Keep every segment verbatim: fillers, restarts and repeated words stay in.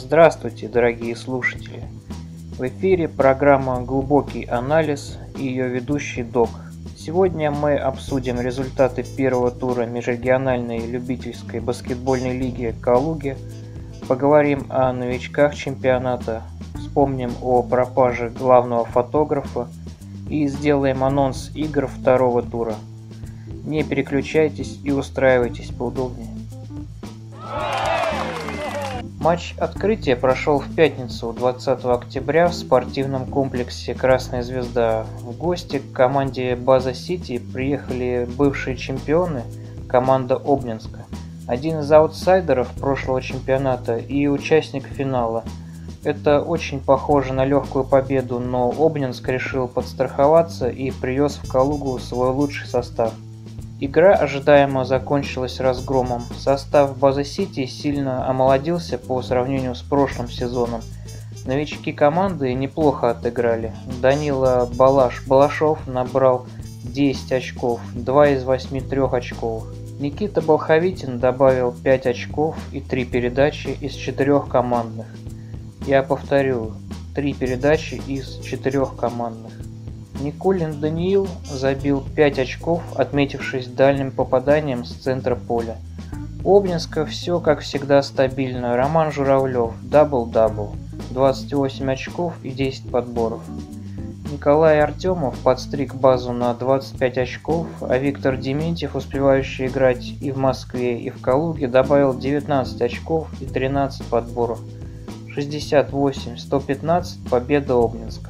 Здравствуйте, дорогие слушатели! В эфире программа «Глубокий анализ» и ее ведущий Док. Сегодня мы обсудим результаты первого тура межрегиональной любительской баскетбольной лиги «Калуги», поговорим о новичках чемпионата, вспомним о пропаже главного фотографа и сделаем анонс игр второго тура. Не переключайтесь и устраивайтесь поудобнее. Матч открытия прошел в пятницу, двадцатого октября, в спортивном комплексе «Красная звезда». В гости к команде «База Сити» приехали бывшие чемпионы, команда Обнинска, один из аутсайдеров прошлого чемпионата и участник финала. Это очень похоже на легкую победу, но Обнинск решил подстраховаться и привез в Калугу свой лучший состав. Игра ожидаемо закончилась разгромом. Состав Базы Сити сильно омолодился по сравнению с прошлым сезоном. Новички команды неплохо отыграли. Данила Балаш Балашов набрал десять очков, два из восьми трехочковых. Никита Болховитин добавил пять очков и три передачи из четырех командных. Я повторю, три передачи из четырех командных. Никулин Даниил забил пять очков, отметившись дальним попаданием с центра поля. У Обнинска все как всегда стабильно. Роман Журавлев дабл-дабл, двадцать восемь очков и десять подборов. Николай Артемов подстриг базу на двадцать пять очков, а Виктор Дементьев, успевающий играть и в Москве, и в Калуге, добавил девятнадцать очков и тринадцать подборов. шестьдесят восемь сто пятнадцать победа Обнинска.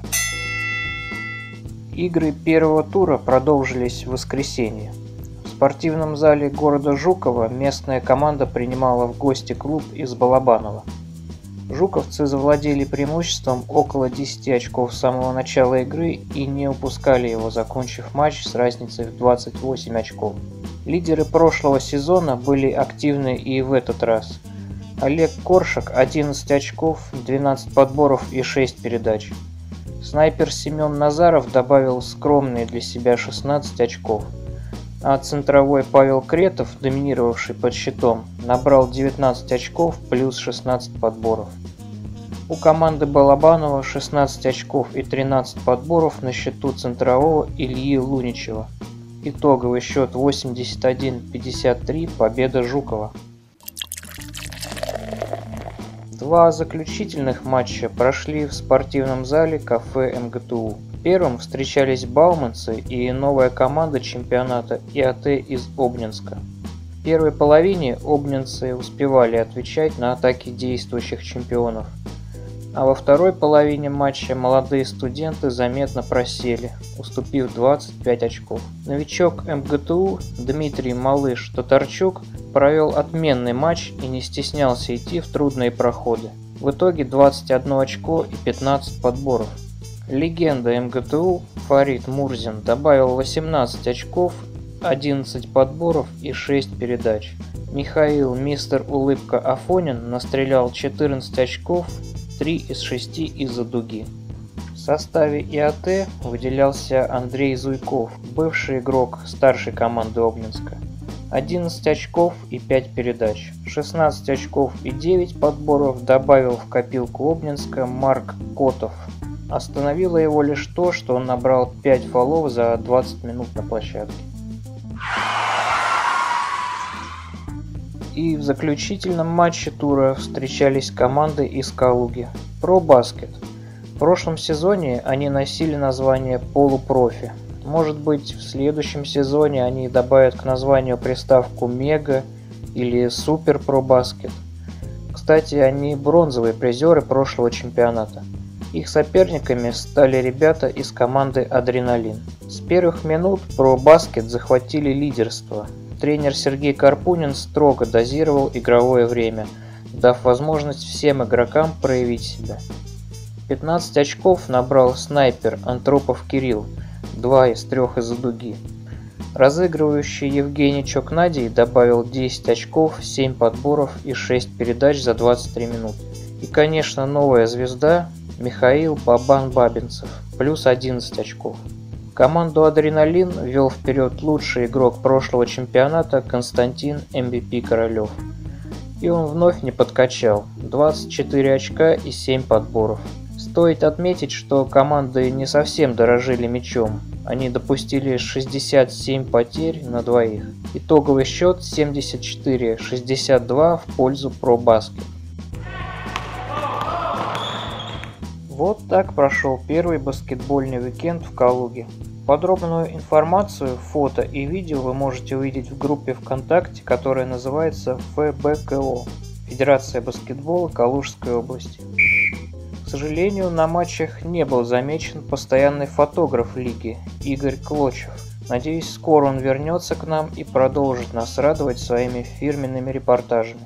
Игры первого тура продолжились в воскресенье. В спортивном зале города Жукова местная команда принимала в гости клуб из Балабанова. Жуковцы завладели преимуществом около десяти очков с самого начала игры и не упускали его, закончив матч с разницей в двадцать восемь очков. Лидеры прошлого сезона были активны и в этот раз. Олег Коршак одиннадцать очков, двенадцать подборов и шесть передач. Снайпер Семен Назаров добавил скромные для себя шестнадцать очков, а центровой Павел Кретов, доминировавший под щитом, набрал девятнадцать очков плюс шестнадцать подборов. У команды Балабанова шестнадцать очков и тринадцать подборов на счету центрового Ильи Луничева. Итоговый счет восемьдесят один пятьдесят три, победа Жукова. Два заключительных матча прошли в спортивном зале кафе эм гэ тэ у. Первым встречались бауманцы и новая команда чемпионата и а тэ из Обнинска. В первой половине обнинцы успевали отвечать на атаки действующих чемпионов, а во второй половине матча молодые студенты заметно просели, уступив двадцать пять очков. Новичок эм гэ тэ у Дмитрий Малыш Татарчук провел отменный матч и не стеснялся идти в трудные проходы. В итоге двадцать одно очко и пятнадцать подборов. Легенда эм гэ тэ у Фарид Мурзин добавил восемнадцать очков, одиннадцать подборов и шесть передач. Михаил Мистер Улыбка Афонин настрелял четырнадцать очков, три из шести из-за дуги. В составе и а тэ выделялся Андрей Зуйков, бывший игрок старшей команды Обнинска. одиннадцать очков и пять передач. шестнадцать очков и девять подборов добавил в копилку Обнинска Марк Котов. Остановило его лишь то, что он набрал пять фолов за двадцать минут на площадке. И в заключительном матче тура встречались команды из Калуги. Пробаскет. В прошлом сезоне они носили название полупрофи. Может быть, в следующем сезоне они добавят к названию приставку Мега или Супер Пробаскет. Кстати, они бронзовые призеры прошлого чемпионата. Их соперниками стали ребята из команды Адреналин. С первых минут Пробаскет захватили лидерство. Тренер Сергей Карпунин строго дозировал игровое время, дав возможность всем игрокам проявить себя. пятнадцать очков набрал снайпер Антропов Кирилл, два из трех из-за дуги. Разыгрывающий Евгений Чокнадий добавил десять очков, семь подборов и шесть передач за двадцать три минуты. И, конечно, новая звезда Михаил Бабан Бабинцев, плюс одиннадцать очков. Команду «Адреналин» вел вперед лучший игрок прошлого чемпионата Константин эм ви пи Королев. И он вновь не подкачал. двадцать четыре очка и семь подборов. Стоит отметить, что команды не совсем дорожили мячом. Они допустили шестьдесят семь потерь на двоих. Итоговый счет семьдесят четыре шестьдесят два в пользу ProBasket. Вот так прошел первый баскетбольный уикенд в Калуге. Подробную информацию, фото и видео вы можете увидеть в группе ВКонтакте, которая называется эф бэ ка о – Федерация баскетбола Калужской области. К сожалению, на матчах не был замечен постоянный фотограф лиги Игорь Клочев. Надеюсь, скоро он вернется к нам и продолжит нас радовать своими фирменными репортажами.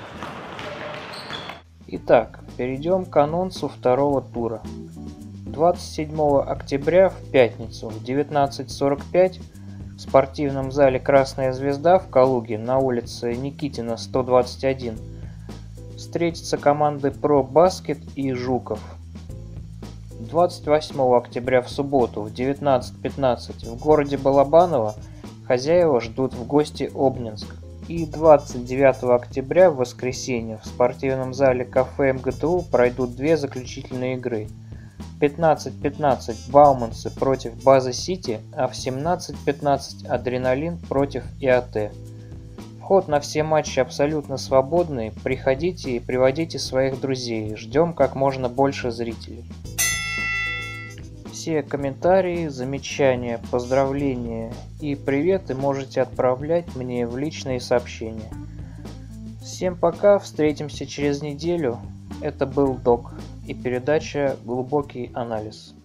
Итак, перейдем к анонсу второго тура. двадцать седьмого октября в пятницу в девятнадцать сорок пять в спортивном зале «Красная звезда» в Калуге на улице Никитина сто двадцать один встретятся команды ProBasket и Жуков. двадцать восьмого октября в субботу в девятнадцать пятнадцать в городе Балабаново хозяева ждут в гости Обнинск. И двадцать девятого октября в воскресенье в спортивном зале кафе эм гэ тэ у пройдут две заключительные игры. В пятнадцать пятнадцать Бауманцы против База Сити, а в семнадцать пятнадцать Адреналин против и а тэ. Вход на все матчи абсолютно свободный, приходите и приводите своих друзей, ждем как можно больше зрителей. Все комментарии, замечания, поздравления и приветы можете отправлять мне в личные сообщения. Всем пока, встретимся через неделю. Это был Док и передача «Глубокий анализ».